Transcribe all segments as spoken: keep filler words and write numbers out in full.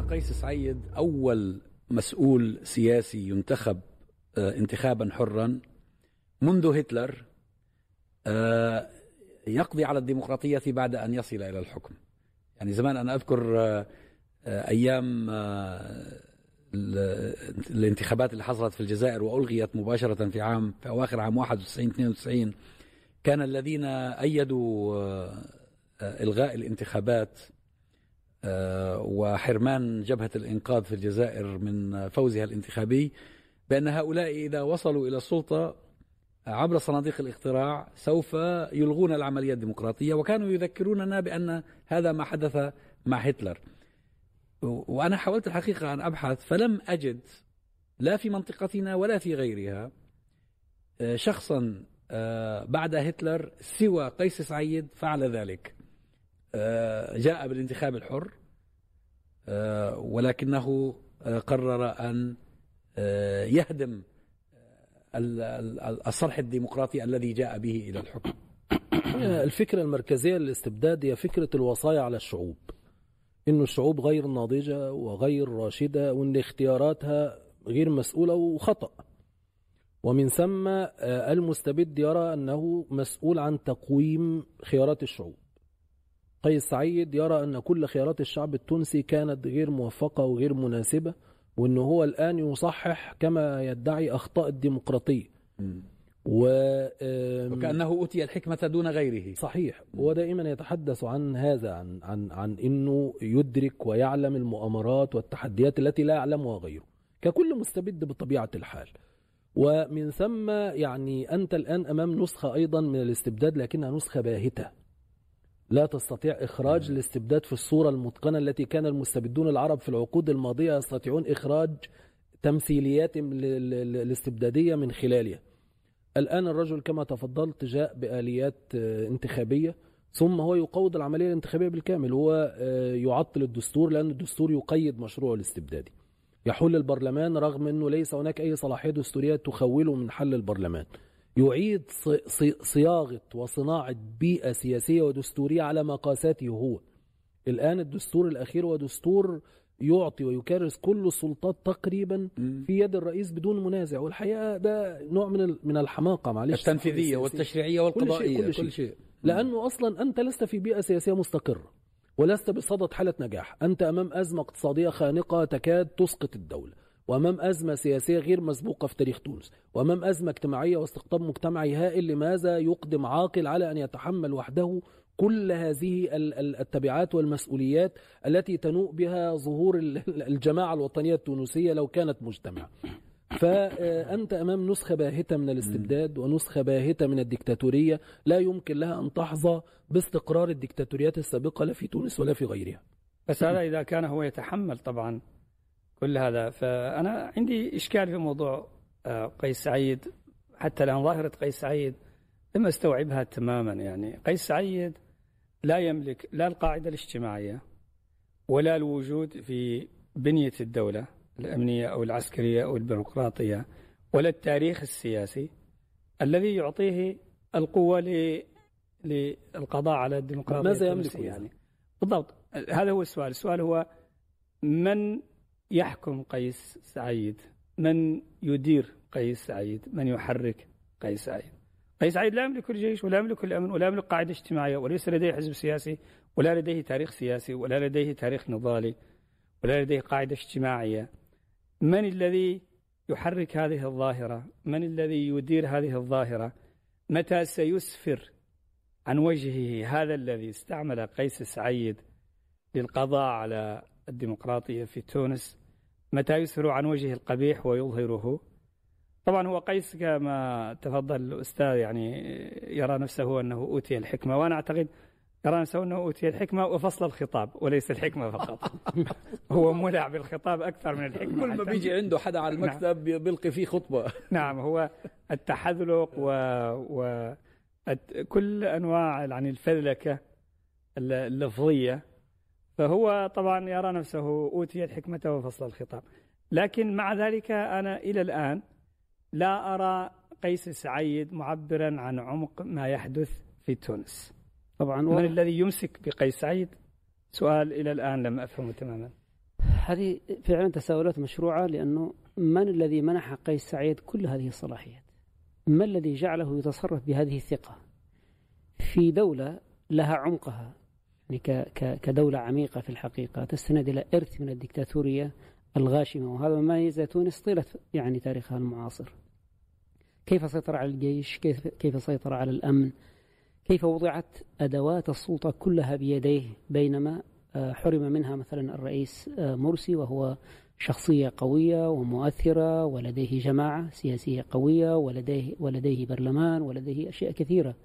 قيس سعيد أول مسؤول سياسي ينتخب انتخابا حرا منذ هتلر يقضي على الديمقراطية بعد أن يصل إلى الحكم. يعني زمان أنا أذكر أيام الانتخابات اللي حصلت في الجزائر وألغيت مباشرة في عام في أواخر عام واحد وتسعين اثنين وتسعين، كان الذين أيدوا إلغاء الانتخابات وحرمان جبهة الإنقاذ في الجزائر من فوزها الانتخابي بأن هؤلاء إذا وصلوا إلى السلطة عبر صناديق الاقتراع سوف يلغون العملية الديمقراطية، وكانوا يذكروننا بأن هذا ما حدث مع هتلر. وأنا حاولت الحقيقة أن أبحث فلم أجد لا في منطقتنا ولا في غيرها شخصا بعد هتلر سوى قيس سعيد فعل ذلك. جاء بالانتخاب الحر ولكنه قرر أن يهدم الصرح الديمقراطي الذي جاء به إلى الحكم. الفكرة المركزية للاستبداد هي فكرة الوصاية على الشعوب، إنه الشعوب غير ناضجة وغير راشدة، وإن اختياراتها غير مسؤولة وخطأ، ومن ثم المستبد يرى أنه مسؤول عن تقويم خيارات الشعوب. قيس سعيد يرى أن كل خيارات الشعب التونسي كانت غير موفقة وغير مناسبة، وأنه هو الآن يصحح كما يدعي أخطاء الديمقراطية و... وكأنه أوتي الحكمة دون غيره. صحيح. ودائما يتحدث عن هذا، عن, عن, عن أنه يدرك ويعلم المؤامرات والتحديات التي لا يعلمها غيره، ككل مستبد بطبيعة الحال. ومن ثم يعني أنت الآن أمام نسخة أيضا من الاستبداد، لكنها نسخة باهتة لا تستطيع إخراج الاستبداد في الصورة المتقنة التي كان المستبدون العرب في العقود الماضية يستطيعون إخراج تمثيليات الاستبدادية من خلالها. الآن الرجل كما تفضلت جاء بآليات انتخابية، ثم هو يقوض العملية الانتخابية بالكامل. هو يعطل الدستور لأن الدستور يقيد مشروع الاستبدادي، يحل البرلمان رغم أنه ليس هناك أي صلاحية دستورية تخوله من حل البرلمان. يعيد صياغة وصناعة بيئة سياسية ودستورية على مقاساته هو. الآن الدستور الأخير هو دستور يعطي ويكرس كل السلطات تقريبا في يد الرئيس بدون منازع، والحقيقة ده نوع من من الحماقة معلش التنفيذية والتشريعية والقضائية، كل شيء, كل شيء. لأنه أصلا أنت لست في بيئة سياسية مستقرة ولست بصدد حالة نجاح، أنت أمام أزمة اقتصادية خانقة تكاد تسقط الدولة، وأمام أزمة سياسية غير مسبوقة في تاريخ تونس، وأمام أزمة اجتماعية واستقطاب مجتمعي هائل. لماذا يقدم عاقل على أن يتحمل وحده كل هذه التبعات والمسؤوليات التي تنوء بها ظهور الجماعة الوطنية التونسية لو كانت مجتمعة؟ فأنت أمام نسخة باهتة من الاستبداد ونسخة باهتة من الديكتاتورية لا يمكن لها أن تحظى باستقرار الديكتاتوريات السابقة لا في تونس ولا في غيرها. بس هذا إذا كان هو يتحمل طبعا كل هذا. فأنا عندي إشكال في موضوع قيس سعيد. حتى الآن ظاهرة قيس سعيد لم أستوعبها تماما. يعني قيس سعيد لا يملك لا القاعدة الاجتماعية ولا الوجود في بنية الدولة الأمنية أو العسكرية أو البيروقراطية ولا التاريخ السياسي الذي يعطيه القوة للقضاء على الديمقراطية. ماذا يملك يعني بالضبط؟ هذا هو السؤال. السؤال هو من يحكم قيس سعيد؟ من يدير قيس سعيد؟ من يحرك قيس سعيد؟ قيس سعيد لا يملك الجيش ولا يملك الأمن ولا يملك قاعدة اجتماعية، وليس لديه حزب سياسي ولا لديه تاريخ سياسي ولا لديه تاريخ نضالي ولا لديه قاعدة اجتماعية. من الذي يحرك هذه الظاهرة؟ من الذي يدير هذه الظاهرة؟ متى سيسفر عن وجهه هذا الذي استعمل قيس سعيد للقضاء على الديمقراطية في تونس؟ متى يسفر عن وجهه القبيح ويظهره؟ طبعا هو قيس كما تفضل الأستاذ يعني يرى نفسه أنه أوتي الحكمة، وأنا أعتقد يرى نفسه أنه أوتي الحكمة وفصل الخطاب وليس الحكمة فقط. هو مولع بالخطاب أكثر من الحكمة. كل ما بيجي عنده حدا على المكتب بيلقي فيه خطبة. نعم، هو التحذلق و, و... كل أنواع يعني الفذلكة اللفظية. فهو طبعا يرى نفسه أوتي الحكمة وفصل الخطاب. لكن مع ذلك أنا إلى الآن لا أرى قيس سعيد معبرا عن عمق ما يحدث في تونس. طبعا من و... الذي يمسك بقيس سعيد؟ سؤال إلى الآن لم أفهمه تماما. هذه فعلا تساؤلات مشروعة، لأنه من الذي منح قيس سعيد كل هذه الصلاحيات؟ ما الذي جعله يتصرف بهذه الثقة في دولة لها عمقها، يعني كدولة عميقة في الحقيقة تستند إلى إرث من الدكتاتورية الغاشمة، وهذا ما يميز تونس طيلة يعني تاريخها المعاصر. كيف سيطر على الجيش، كيف كيف سيطر على الأمن، كيف وضعت أدوات السلطة كلها بيديه، بينما حرم منها مثلا الرئيس مرسي وهو شخصية قوية ومؤثرة ولديه جماعة سياسية قوية ولديه ولديه برلمان ولديه أشياء كثيرة.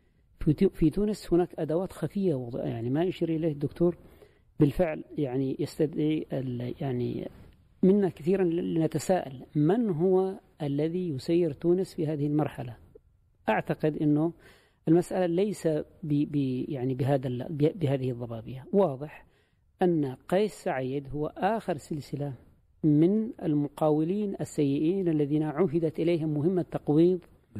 في تونس هناك أدوات خفية يعني ما يشير إليه الدكتور بالفعل، يعني يستدعي يعني منا كثيرا لنتساءل من هو الذي يسير تونس في هذه المرحلة. أعتقد أنه المسألة ليس ب يعني بهذا بهذه الضبابية. واضح أن قيس سعيد هو آخر سلسلة من المقاولين السيئين الذين عهدت إليهم مهمة تقويض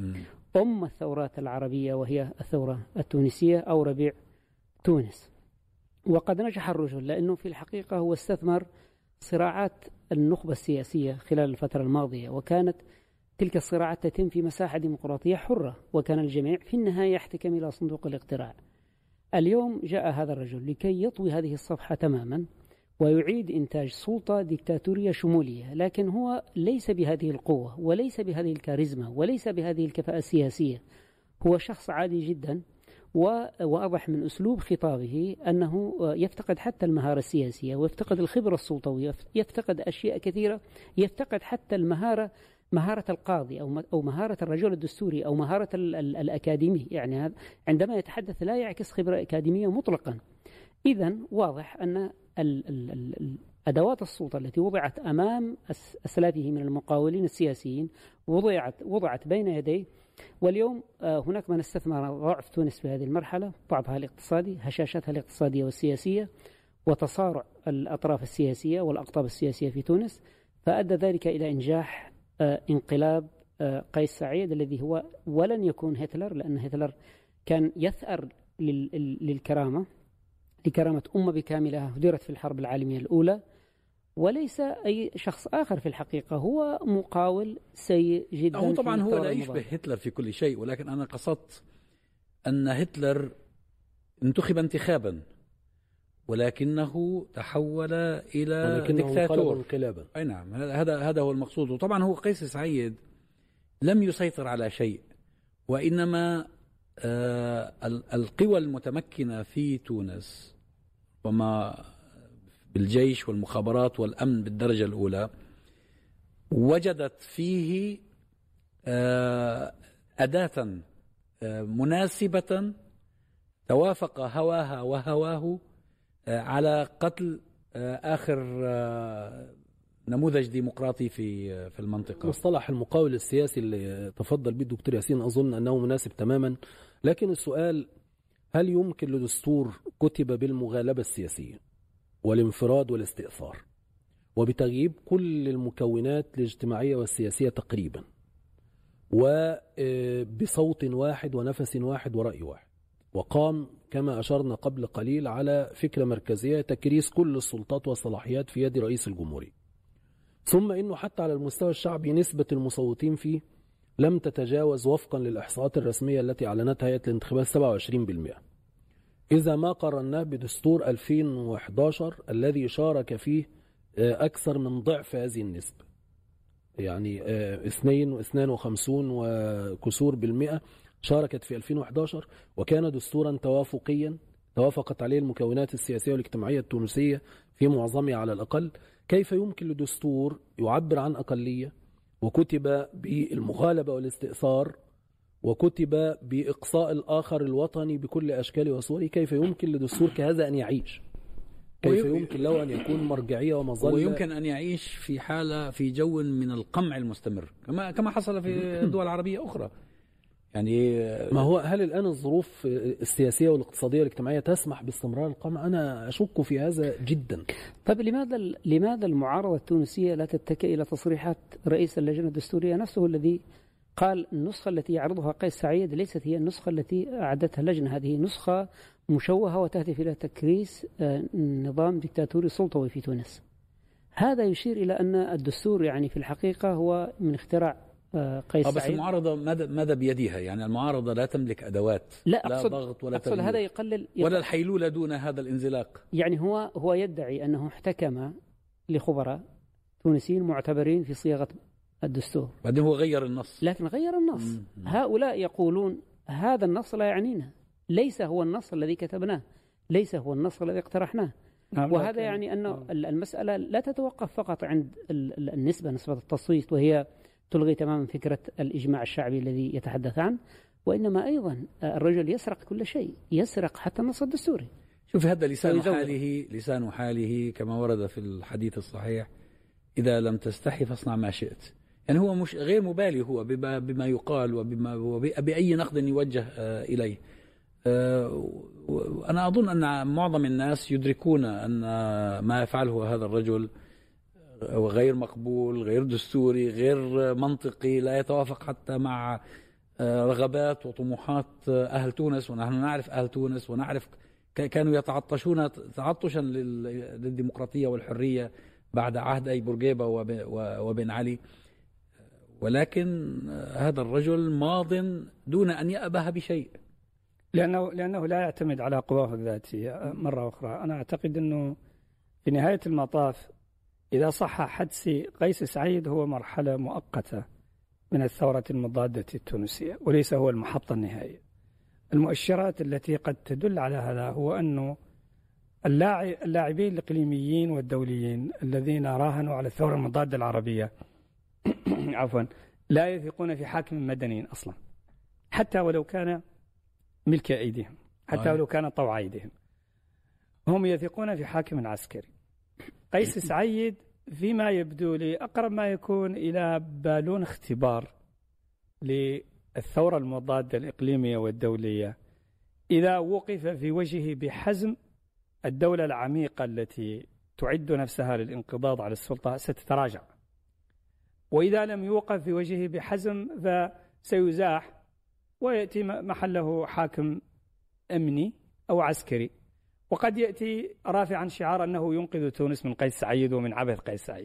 أم الثورات العربية وهي الثورة التونسية أو ربيع تونس. وقد نجح الرجل لأنه في الحقيقة هو استثمر صراعات النخبة السياسية خلال الفترة الماضية، وكانت تلك الصراعات تتم في مساحة ديمقراطية حرة، وكان الجميع في النهاية يحتكم إلى صندوق الاقتراع. اليوم جاء هذا الرجل لكي يطوي هذه الصفحة تماما ويعيد إنتاج سلطة ديكتاتورية شمولية، لكن هو ليس بهذه القوة وليس بهذه الكاريزما وليس بهذه الكفاءة السياسية. هو شخص عادي جدا، وواضح من أسلوب خطابه أنه يفتقد حتى المهارة السياسية ويفتقد الخبرة السلطوية، يفتقد أشياء كثيرة، يفتقد حتى المهارة مهارة القاضي أو أو مهارة الرجل الدستوري أو مهارة ال ال الأكاديمي. يعني هذا عندما يتحدث لا يعكس خبرة أكاديمية مطلقا. إذن واضح أن ال ال ال أدوات السلطة التي وضعت أمام أسلافه من المقاولين السياسيين وضعت وضعت بين يديه. واليوم هناك من استثمر ضعف تونس في هذه المرحلة، ضعفها الاقتصادي، هشاشتها الاقتصادية والسياسية، وتصارع الأطراف السياسية والأقطاب السياسية في تونس، فأدى ذلك إلى إنجاح انقلاب قيس سعيد الذي هو ولن يكون هتلر، لأن هتلر كان يثأر للكرامة لكرامة أمة بكاملها هدرت في الحرب العالمية الأولى، وليس أي شخص آخر في الحقيقة، هو مقاول سيء جدا. هو طبعا هو لا يشبه هتلر في كل شيء، ولكن أنا قصدت أن هتلر انتخب انتخابا ولكنه تحول إلى دكتاتور انقلابا. أي نعم، هذا هذا هو المقصود. وطبعا هو قيس سعيد لم يسيطر على شيء، وإنما آه القوى المتمكنة في تونس وما بالجيش والمخابرات والأمن بالدرجة الأولى وجدت فيه آه أداة آه مناسبة توافق هواها وهواه على قتل آخر نموذج ديمقراطي في في المنطقة. مصطلح المقاول السياسي اللي تفضل به الدكتور ياسين أظن أنه مناسب تماما، لكن السؤال هل يمكن لدستور كتب بالمغالبة السياسية والانفراد والاستئثار وبتغييب كل المكونات الاجتماعية والسياسية تقريبا وبصوت واحد ونفس واحد ورأي واحد، وقام كما أشرنا قبل قليل على فكرة مركزية تكريس كل السلطات والصلاحيات في يد رئيس الجمهورية، ثم إنه حتى على المستوى الشعبي نسبة المصوتين فيه لم تتجاوز وفقا للإحصاءات الرسمية التي أعلنتها هيئة الانتخابات سبعة وعشرين بالمئة، إذا ما قارناه بدستور ألفين وأحد عشر الذي شارك فيه أكثر من ضعف هذه النسبة، يعني اثنين واثنين وخمسون وكسور بالمئة شاركت في ألفين وأحد عشر، وكان دستورا توافقيا توافقت عليه المكونات السياسية والاجتماعية التونسية في معظمها على الأقل. كيف يمكن لدستور يعبر عن أقلية وكتب بالمغالبة والاستئثار وكتب بإقصاء الآخر الوطني بكل أشكاله وصوره، كيف يمكن لدستور كهذا أن يعيش؟ كيف يمكن له أن يكون مرجعية ومظلة؟ ويمكن أن يعيش في حالة في جو من القمع المستمر كما كما حصل في دول عربية أخرى. يعني ما هو هل الآن الظروف السياسية والاقتصادية والاجتماعية تسمح باستمرار القمع؟ أنا أشك في هذا جدا. طيب لماذا لماذا المعارضة التونسية لا تتكئ إلى تصريحات رئيس اللجنة الدستورية نفسه الذي قال النسخة التي يعرضها قيس سعيد ليست هي النسخة التي أعدتها اللجنة، هذه نسخة مشوهة وتهدف إلى تكريس نظام ديكتاتوري سلطوي في تونس. هذا يشير إلى أن الدستور يعني في الحقيقة هو من اختراع قيس بس سعيد. المعارضة ماذا ماذا بيدها؟ يعني المعارضة لا تملك أدوات، لا, لا أقصد ضغط ولا أقصد هذا يقلل, يقلل ولا الحيلولة دون هذا الانزلاق. يعني هو هو يدعي أنه احتكم لخبراء تونسيين معتبرين في صياغة الدستور، بعدين هو غير النص، لكن غير النص. مم. هؤلاء يقولون هذا النص لا يعنينا، ليس هو النص الذي كتبناه، ليس هو النص الذي اقترحناه. نعم. وهذا يعني أن المسألة لا تتوقف فقط عند النسبة، نسبة التصويت، وهي تلغي تماما فكرة الإجماع الشعبي الذي يتحدث عنه، وإنما أيضا الرجل يسرق كل شيء، يسرق حتى النص الدستوري. شوف هذا لسان حاله، لسان حاله كما ورد في الحديث الصحيح: إذا لم تستحي فاصنع ما شئت. يعني هو مش غير مبالي هو بما, بما يقال وبما وبأي نقد يوجه إليه. أنا أظن أن معظم الناس يدركون أن ما يفعله هذا الرجل غير مقبول، غير دستوري، غير منطقي، لا يتوافق حتى مع رغبات وطموحات أهل تونس. ونحن نعرف أهل تونس ونعرف كانوا يتعطشون تعطشا للديمقراطية والحرية بعد عهد أي بورقيبة وبن علي، ولكن هذا الرجل ماض دون أن يأبه بشيء، لأنه لأنه لا يعتمد على قواه الذاتية. مرة أخرى أنا أعتقد أنه في نهاية المطاف إذا صح حدس قيس سعيد هو مرحلة مؤقتة من الثورة المضادة التونسية، وليس هو المحطة النهائية. المؤشرات التي قد تدل على هذا هو أنه اللاعبين الإقليميين والدوليين الذين راهنوا على الثورة المضادة العربية عفوا لا يثقون في حاكم مدني أصلا، حتى ولو كان ملك أيديهم، حتى ولو كان طوع أيديهم، هم يثقون في حاكم عسكري. قيس سعيد فيما يبدو لي أقرب ما يكون إلى بالون اختبار للثورة المضادة الإقليمية والدولية. إذا وقف في وجهه بحزم، الدولة العميقة التي تعد نفسها للانقضاض على السلطة ستتراجع، وإذا لم يوقف في وجهه بحزم فسيزاح ويأتي محله حاكم أمني أو عسكري، وقد يأتي رافعا شعار أنه ينقذ تونس من قيس سعيد ومن عبث قيس سعيد.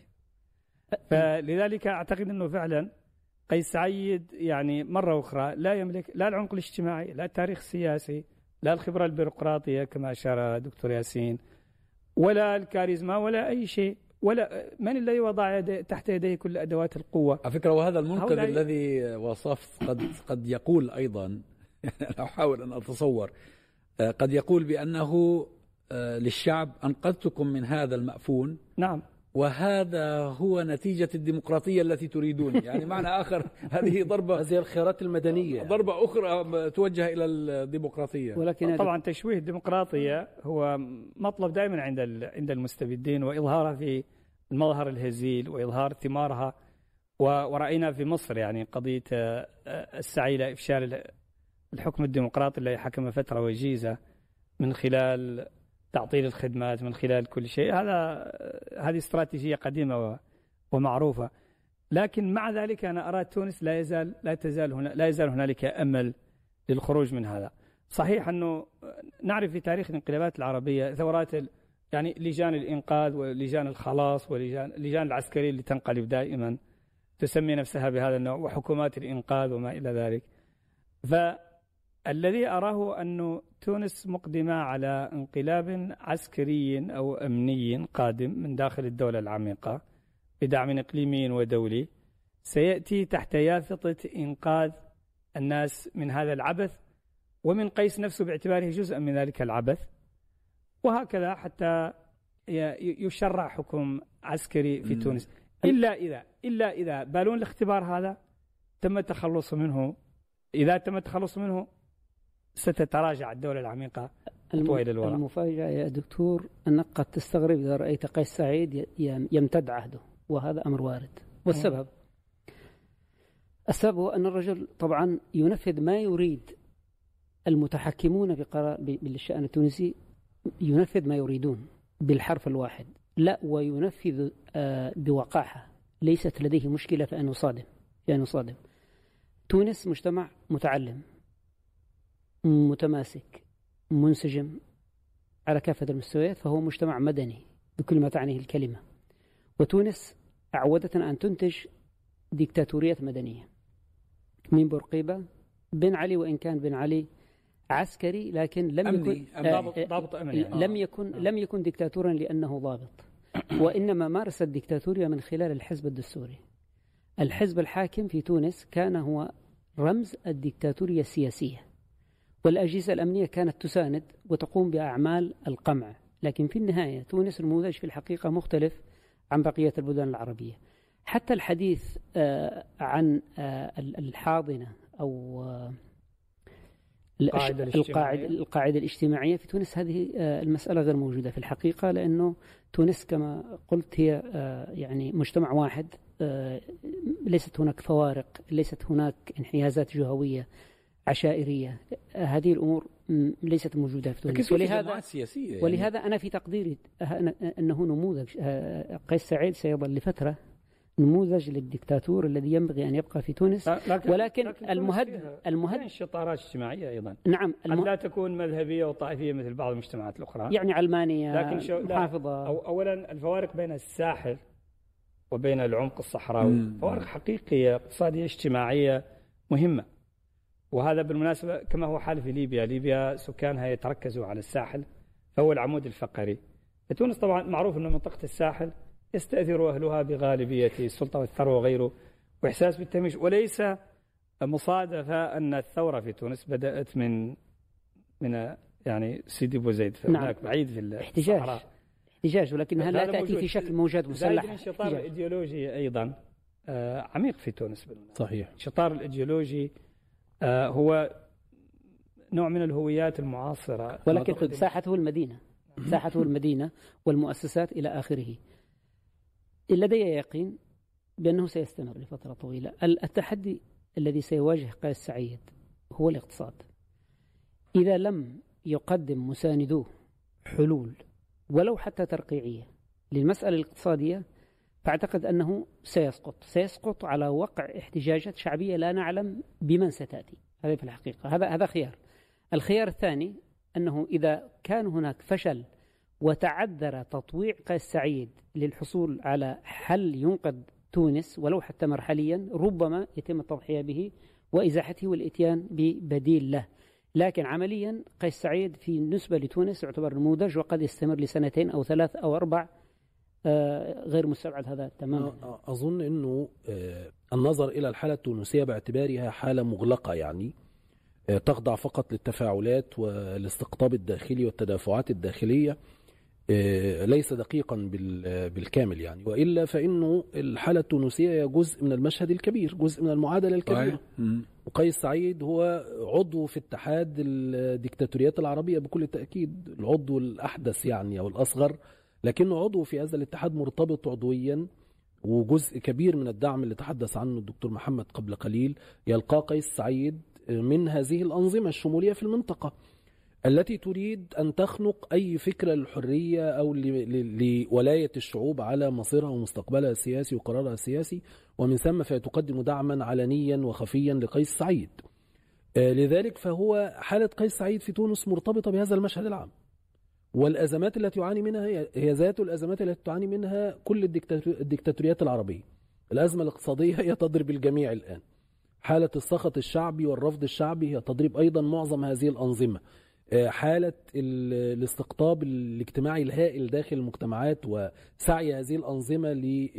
فلذلك أعتقد أنه فعلا قيس سعيد يعني مرة أخرى لا يملك لا العمق الاجتماعي، لا التاريخ السياسي، لا الخبرة البيروقراطية كما أشار دكتور ياسين، ولا الكاريزما، ولا أي شيء، ولا من الذي وضع تحت يديه كل أدوات القوة. على فكرة وهذا المنقذ الذي وصفت قد قد يقول أيضا أنا أحاول أن أتصور، قد يقول بأنه للشعب أنقذتكم من هذا المأفون، نعم، وهذا هو نتيجة الديمقراطية التي تريدون. يعني معنى آخر هذه ضربة، هذه الخيارات المدنية، ضربة أخرى توجه إلى الديمقراطية. ولكن طبعا تشويه الديمقراطية هو مطلب دائما عند عند المستبدين، وإظهارها في المظهر الهزيل وإظهار ثمارها. ورأينا في مصر يعني قضية السعي إلى إفشال الحكم الديمقراطي الذي حكم فترة وجيزة من خلال تعطيل الخدمات، من خلال كل شيء. هذا هذه استراتيجية قديمة ومعروفة، لكن مع ذلك أنا أرى تونس لا يزال لا تزال هنا لا يزال هنالك أمل للخروج من هذا. صحيح أنه نعرف في تاريخ الانقلابات العربية ثورات يعني لجان الإنقاذ ولجان الخلاص ولجان اللجان العسكرية اللي تنقلب دائما تسمي نفسها بهذا النوع، وحكومات الإنقاذ وما إلى ذلك. فالذي أراه أنه تونس مقدمة على انقلاب عسكري أو أمني قادم من داخل الدولة العميقة بدعم إقليمي ودولي، سيأتي تحت يافطة إنقاذ الناس من هذا العبث ومن قيس نفسه باعتباره جزءا من ذلك العبث، وهكذا حتى يشرع حكم عسكري في تونس. إلا إذا إلا إذا بالون الاختبار هذا تم التخلص منه، إذا تم التخلص منه ستتراجع الدولة العميقة خطوة إلى الوراء. المفاجأة يا دكتور أنك قد تستغرب إذا رأيت قيس سعيد يمتد عهده، وهذا أمر وارد. والسبب السبب هو أن الرجل طبعا ينفذ ما يريد. المتحكمون بقرار بالشأن التونسي ينفذ ما يريدون بالحرف الواحد، لا وينفذ بوقاحة. ليست لديه مشكلة في أن يصادم في أن يصادم تونس مجتمع متعلم متماسك منسجم على كافة المستويات، فهو مجتمع مدني بكل ما تعنيه الكلمة، وتونس عودة أن تنتج ديكتاتوريات مدنية. من بورقيبة بن علي، وإن كان بن علي عسكري لكن لم يكن ضابط ضابط أمني يعني. لم يكن لم يكن ديكتاتورا لأنه ضابط، وإنما مارس الديكتاتورية من خلال الحزب الدستوري. الحزب الحاكم في تونس كان هو رمز الديكتاتورية السياسية، والأجهزة الأمنية كانت تساند وتقوم بأعمال القمع. لكن في النهاية تونس نموذج في الحقيقة مختلف عن بقية البلدان العربية. حتى الحديث عن الحاضنة أو القاعدة الاجتماعية. القاعدة الاجتماعية في تونس، هذه المسألة غير موجودة في الحقيقة، لأنه تونس كما قلت هي يعني مجتمع واحد، ليست هناك فوارق، ليست هناك انحيازات جهوية عشائرية. هذه الأمور ليست موجودة في تونس، ولهذا ولهذا أنا في تقديري أنه نموذج قيس سعيد سيظل لفترة نموذج للدكتاتور الذي ينبغي أن يبقى في تونس. لكن ولكن لكن المهد المهد شطارات اجتماعية أيضا. نعم، المه... لا تكون مذهبية وطائفية مثل بعض المجتمعات الأخرى، يعني علمانية، لكن شو... محافظة. أو أولا الفوارق بين الساحل وبين العمق الصحراوي فوارق حقيقية اقتصادية اجتماعية مهمة. وهذا بالمناسبة كما هو حال في ليبيا. ليبيا سكانها يتركزوا على الساحل، فهو العمود الفقري. في تونس طبعا معروف أن منطقة الساحل يستأثر أهلها بغالبية السلطة والثروة وغيره، وإحساس بالتمييز. وليس مصادفة أن الثورة في تونس بدأت من من يعني سيدي بوزيد، فهناك نعم. بعيد في احتجاج احتجاج ولكنها لا تأتي في شكل موجات مسلح. الانشطار الإيديولوجي أيضا آه عميق في تونس بالمناسبة. صحيح. الانشطار الإيديولوجي آه هو نوع من الهويات المعاصرة، ولكن ساحته المدينة ساحته المدينة والمؤسسات إلى آخره. لدي يقين بأنه سيستمر لفترة طويلة. التحدي الذي سيواجه قيس سعيد هو الاقتصاد. إذا لم يقدم مساندوه حلول ولو حتى ترقيعية للمسألة الاقتصادية، فأعتقد أنه سيسقط سيسقط على وقع احتجاجات شعبية لا نعلم بمن ستأتي. هذا في الحقيقة هذا هذا خيار. الخيار الثاني أنه إذا كان هناك فشل وتعذر تطويع قيس سعيد للحصول على حل ينقذ تونس ولو حتى مرحليا، ربما يتم التضحية به وإزاحته والإتيان ببديل له. لكن عمليا قيس سعيد في نسبة لتونس يعتبر نموذج، وقد يستمر لسنتين أو ثلاث أو أربع، غير مستبعد هذا تماما. أظن أنه النظر إلى الحالة التونسية باعتبارها حالة مغلقة، يعني تخضع فقط للتفاعلات والاستقطاب الداخلي والتدافعات الداخلية، ليس دقيقا بالكامل يعني. وإلا فإنه الحالة التونسية هي جزء من المشهد الكبير، جزء من المعادلة الكبيرة. وقيس سعيد هو عضو في اتحاد الديكتاتوريات العربية بكل تأكيد، العضو الأحدث يعني أو الأصغر، لكنه عضو في هذا الاتحاد مرتبط عضويا، وجزء كبير من الدعم اللي تحدث عنه الدكتور محمد قبل قليل يلقى قيس سعيد من هذه الأنظمة الشمولية في المنطقة التي تريد أن تخنق أي فكرة للحرية أو لولاية الشعوب على مصيرها ومستقبلها السياسي وقرارها السياسي، ومن ثم فتقدم دعما علنيا وخفيا لقيس سعيد. لذلك فهو حالة قيس سعيد في تونس مرتبطة بهذا المشهد العام، والأزمات التي يعاني منها هي ذات الأزمات التي تعاني منها كل الديكتاتوريات العربية. الأزمة الاقتصادية هي تضرب الجميع الآن، حالة السخط الشعبي والرفض الشعبي هي تضرب أيضا معظم هذه الأنظمة، حالة الاستقطاب الاجتماعي الهائل داخل المجتمعات وسعي هذه الأنظمة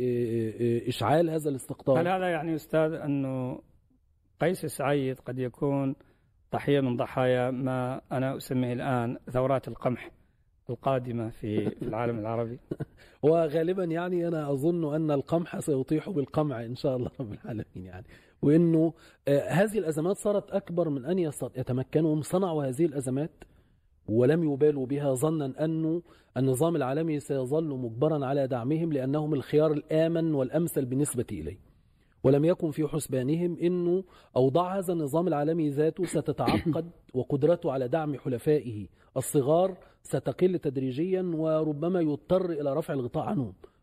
لإشعال هذا الاستقطاب. هل هذا يعني أستاذ أنه قيس سعيد قد يكون ضحية من ضحايا ما أنا أسميه الآن ثورات القمح القادمة في العالم العربي؟ وغالبا يعني أنا أظن أن القمح سيطيح بالقمع إن شاء الله رب العالمين يعني، وإنه آه هذه الأزمات صارت أكبر من أن يتمكنوا. صنعوا هذه الأزمات ولم يبالوا بها، ظنا أنه النظام العالمي سيظل مجبرا على دعمهم لأنهم الخيار الآمن والأمثل بالنسبة إليه، ولم يكن في حسبانهم أنه أوضاع هذا النظام العالمي ذاته ستتعقد وقدرته على دعم حلفائه الصغار ستقل تدريجيا، وربما يضطر إلى رفع الغطاء عنهم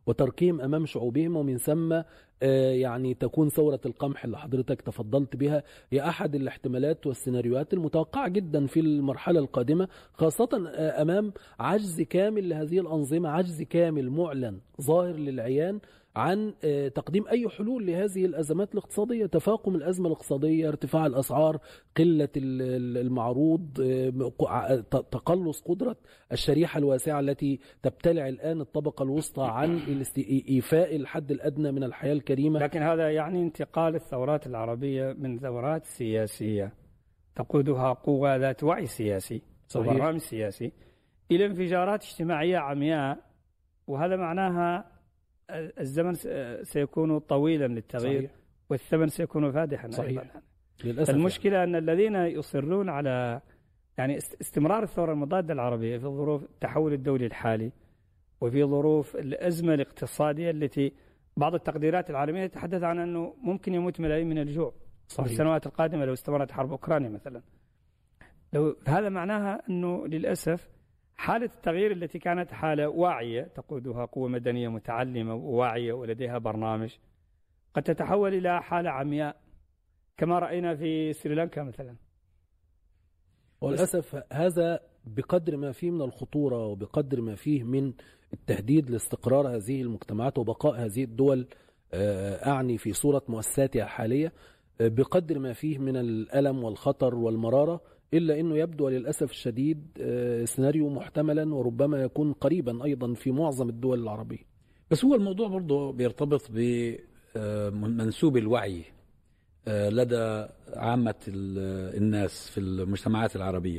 وتركهم أمام شعوبهم، ومن ثم يعني تكون ثورة القمح اللي حضرتك تفضلت بها هي أحد الاحتمالات والسيناريوهات المتوقعة جدا في المرحلة القادمة، خاصة أمام عجز كامل لهذه الأنظمة، عجز كامل معلن ظاهر للعيان عن تقديم أي حلول لهذه الأزمات الاقتصادية. تفاقم الأزمة الاقتصادية، ارتفاع الأسعار، قلة المعروض، تقلص قدرة الشريحة الواسعة التي تبتلع الآن الطبقة الوسطى عن إيفاء الحد الأدنى من الحياة الكريمة. لكن هذا يعني انتقال الثورات العربية من ثورات سياسية تقودها قوة ذات وعي سياسي وبرنامج سياسي إلى انفجارات اجتماعية عمياء، وهذا معناها الزمن سيكون طويلا للتغيير. صحيح. والثمن سيكون فادحا. صحيح. أيضا المشكلة يعني. أن الذين يصرون على يعني استمرار الثورة المضادة العربية في ظروف التحول الدولي الحالي وفي ظروف الأزمة الاقتصادية التي بعض التقديرات العالمية تتحدث عن أنه ممكن يموت ملايين من الجوع في السنوات القادمة لو استمرت حرب أوكرانيا مثلا. لو هذا معناها أنه للأسف حالة التغيير التي كانت حالة واعية تقودها قوة مدنية متعلمة وواعية ولديها برنامج قد تتحول إلى حالة عمياء كما رأينا في سريلانكا مثلا. وللأسف هذا بقدر ما فيه من الخطورة وبقدر ما فيه من التهديد لاستقرار هذه المجتمعات وبقاء هذه الدول، أعني في صورة مؤسساتها الحالية، بقدر ما فيه من الألم والخطر والمرارة، إلا أنه يبدو للأسف الشديد سيناريو محتملا وربما يكون قريبا أيضا في معظم الدول العربية. بس هو الموضوع برضه بيرتبط بمنسوب الوعي لدى عامة الناس في المجتمعات العربية.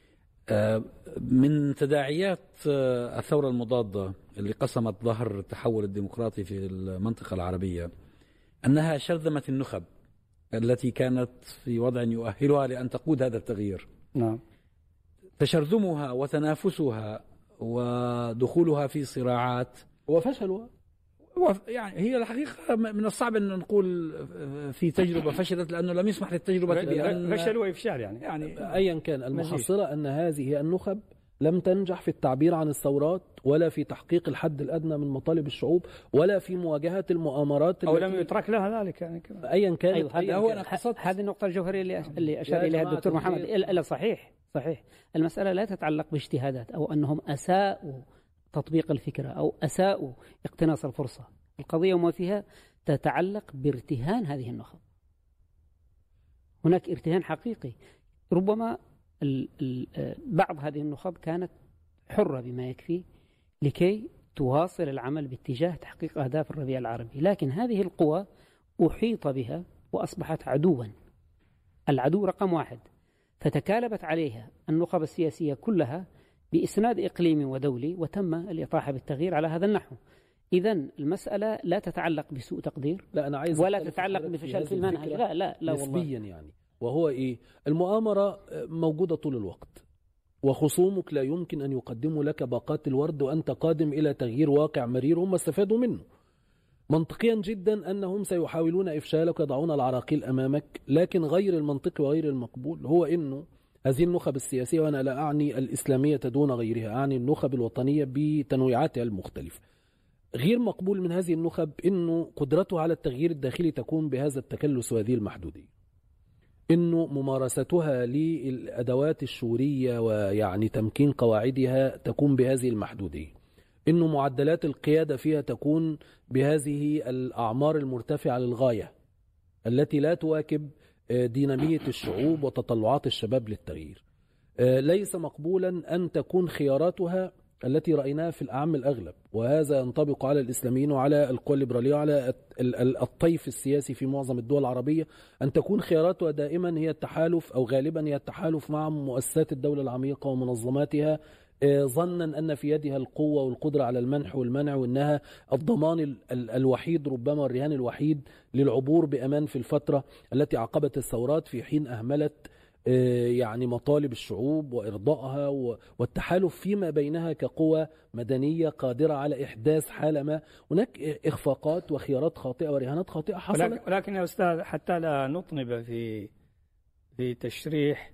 من تداعيات الثورة المضادة اللي قسمت ظهر التحول الديمقراطي في المنطقة العربية أنها شرذمت النخب التي كانت في وضع يؤهلها لأن تقود هذا التغيير. نعم. تشرذمها وتنافسها ودخولها في صراعات وفشلوا. يعني هي الحقيقة من الصعب أن نقول في تجربة فشلت لأنه لم يسمح للتجربة بأن فشل وإفشال. يعني يعني أيا كان المحصلة أن هذه النخب لم تنجح في التعبير عن الثورات ولا في تحقيق الحد الأدنى من مطالب الشعوب ولا في مواجهة المؤامرات أو لم يترك لها ذلك. يعني أيا كان. أيوة هذه هو أنا قصدت هذه النقطة الجوهرية اللي اللي أشار إليها الدكتور محمد. إلا صحيح صحيح المسألة لا تتعلق باجتهادات أو أنهم أساءوا تطبيق الفكرة أو أساءوا اقتناص الفرصة. القضية وما فيها تتعلق بارتهان هذه النخب. هناك ارتهان حقيقي. ربما ال ال بعض هذه النخب كانت حرة بما يكفي لكي تواصل العمل باتجاه تحقيق أهداف الربيع العربي، لكن هذه القوى أحيط بها وأصبحت عدوا، العدو رقم واحد، فتكالبت عليها النخب السياسية كلها بإسناد إقليمي ودولي وتم الإطاحة بالتغيير على هذا النحو. إذن المسألة لا تتعلق بسوء تقدير لا أنا عايز ولا تتعلق بفشل في المنهج. لا لا لا نسبيا يعني. وهو إيه؟ المؤامرة موجودة طول الوقت، وخصومك لا يمكن أن يقدموا لك باقات الورد وأنت قادم إلى تغيير واقع مرير هم استفادوا منه. منطقيا جدا أنهم سيحاولون إفشالك ويضعون العراقيل أمامك، لكن غير المنطقي وغير المقبول هو أنه هذه النخب السياسية، وأنا لا أعني الإسلامية دون غيرها، أعني النخب الوطنية بتنويعاتها المختلفة، غير مقبول من هذه النخب أنه قدرتها على التغيير الداخلي تكون بهذا التكلس وهذه المحدودية، إنه ممارستها للأدوات الشورية ويعني تمكين قواعدها تكون بهذه المحدودية، إنه معدلات القيادة فيها تكون بهذه الأعمار المرتفعة للغاية التي لا تواكب دينامية الشعوب وتطلعات الشباب للتغيير. ليس مقبولا أن تكون خياراتها التي رأيناها في الأعم الأغلب، وهذا ينطبق على الإسلاميين وعلى القوى الليبرالية وعلى الطيف السياسي في معظم الدول العربية، أن تكون خياراتها دائما هي التحالف أو غالبا هي التحالف مع مؤسسات الدولة العميقة ومنظماتها، ظنا أن في يدها القوة والقدرة على المنح والمنع، وأنها الضمان الوحيد ربما الرهان الوحيد للعبور بأمان في الفترة التي عقبت الثورات، في حين أهملت يعني مطالب الشعوب وإرضائها والتحالف فيما بينها كقوى مدنية قادرة على إحداث حالة ما. هناك إخفاقات وخيارات خاطئة ورهانات خاطئة حصلت. ولكن يا أستاذ حتى لا نطنب في في تشريح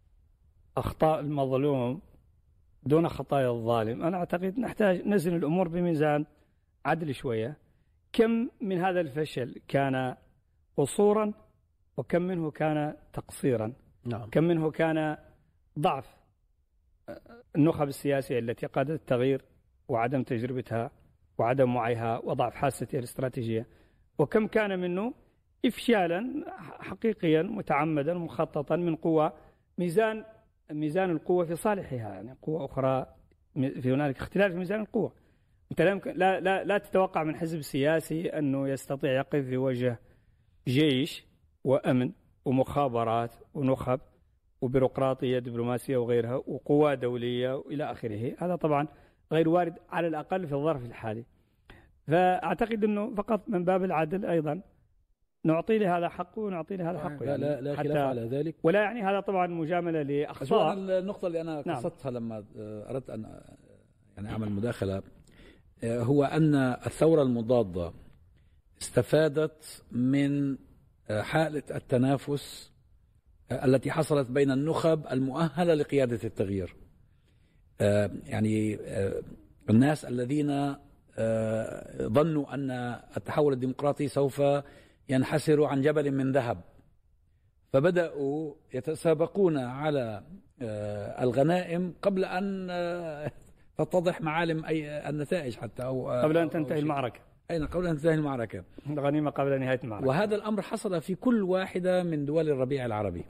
أخطاء المظلوم دون خطايا الظالم، أنا أعتقد نحتاج نزن الأمور بميزان عدل شوية، كم من هذا الفشل كان قصورا وكم منه كان تقصيرا؟ نعم. كم منه كان ضعف النخب السياسية التي قادت التغيير وعدم تجربتها وعدم وعيها وضعف حاستها الاستراتيجية، وكم كان منه إفشالا حقيقيا متعمدا مخططا من قوة ميزان ميزان القوة في صالحها، يعني قوة أخرى في هنالك اختلاف في ميزان القوة. أنت لا لا لا تتوقع من حزب سياسي أنه يستطيع يقف في وجه جيش وأمن ومخابرات ونخب وبيروقراطية دبلوماسية وغيرها وقوى دولية وإلى آخره. هذا طبعا غير وارد على الأقل في الظرف الحالي. فأعتقد أنه فقط من باب العدل أيضا نعطي لهذا حقه ونعطي لهذا حقه. لا لا لا خلاف على ذلك، ولا يعني هذا طبعا مجاملة لأخطاء. النقطة اللي أنا قصدتها نعم. لما أردت أن يعني أعمل مداخلة هو أن الثورة المضادة استفادت من حالة التنافس التي حصلت بين النخب المؤهلة لقيادة التغيير. يعني الناس الذين ظنوا أن التحول الديمقراطي سوف ينحسر عن جبل من ذهب، فبدأوا يتسابقون على الغنائم قبل أن تتضح معالم أي النتائج حتى أو قبل أن تنتهي المعركة. أين قبل أن تنتهي المعركة، الغنيمة قبل نهاية المعركة. وهذا الأمر حصل في كل واحدة من دول الربيع العربي.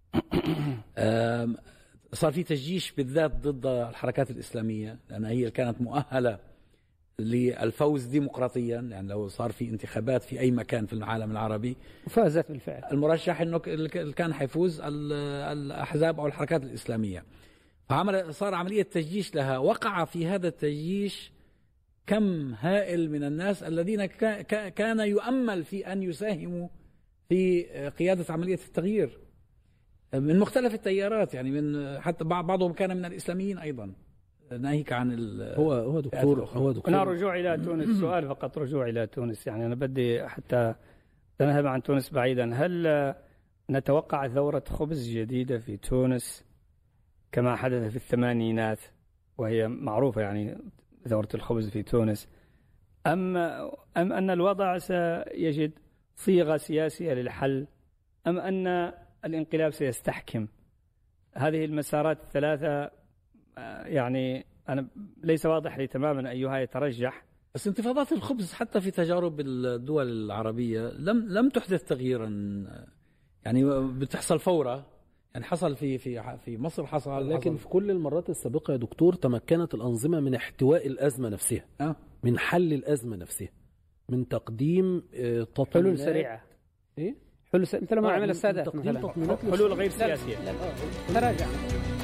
صار في تجيش بالذات ضد الحركات الإسلامية لأنها هي كانت مؤهلة للفوز ديمقراطيا، يعني لو صار في انتخابات في أي مكان في العالم العربي وفازت بالفعل المرشح إنه كان حيفوز الأحزاب أو الحركات الإسلامية. فعمل صار عملية تجيش لها. وقع في هذا التجيش كم هائل من الناس الذين كان يؤمل في أن يساهموا في قيادة عملية التغيير من مختلف التيارات، يعني من حتى بعضهم كان من الإسلاميين أيضا، ناهيك عن هو هو دكتور هو دكتور أنا رجوع إلى تونس سؤال فقط، رجوع إلى تونس. يعني أنا بدي حتى نذهب عن تونس بعيدا، هل نتوقع ثورة خبز جديدة في تونس كما حدث في الثمانينات وهي معروفة يعني ثورة الخبز في تونس، أم أم أن الوضع سيجد صيغة سياسية للحل، أم أن الانقلاب سيستحكم؟ هذه المسارات الثلاثة يعني أنا ليس واضح لي تماما أيها يترجح. بس انتفاضات الخبز حتى في تجارب الدول العربية لم لم تحدث تغييرا، يعني بتحصل فورة، يعني حصل في في في مصر حصل، لكن حصل في كل المرات السابقة يا دكتور تمكنت الأنظمة من احتواء الأزمة نفسها، أه؟ من حل الأزمة نفسها، من تقديم حلول سريعة. إيه؟ حلول س... مثل ما عمل السادات حلول غير سياسية. تراجع.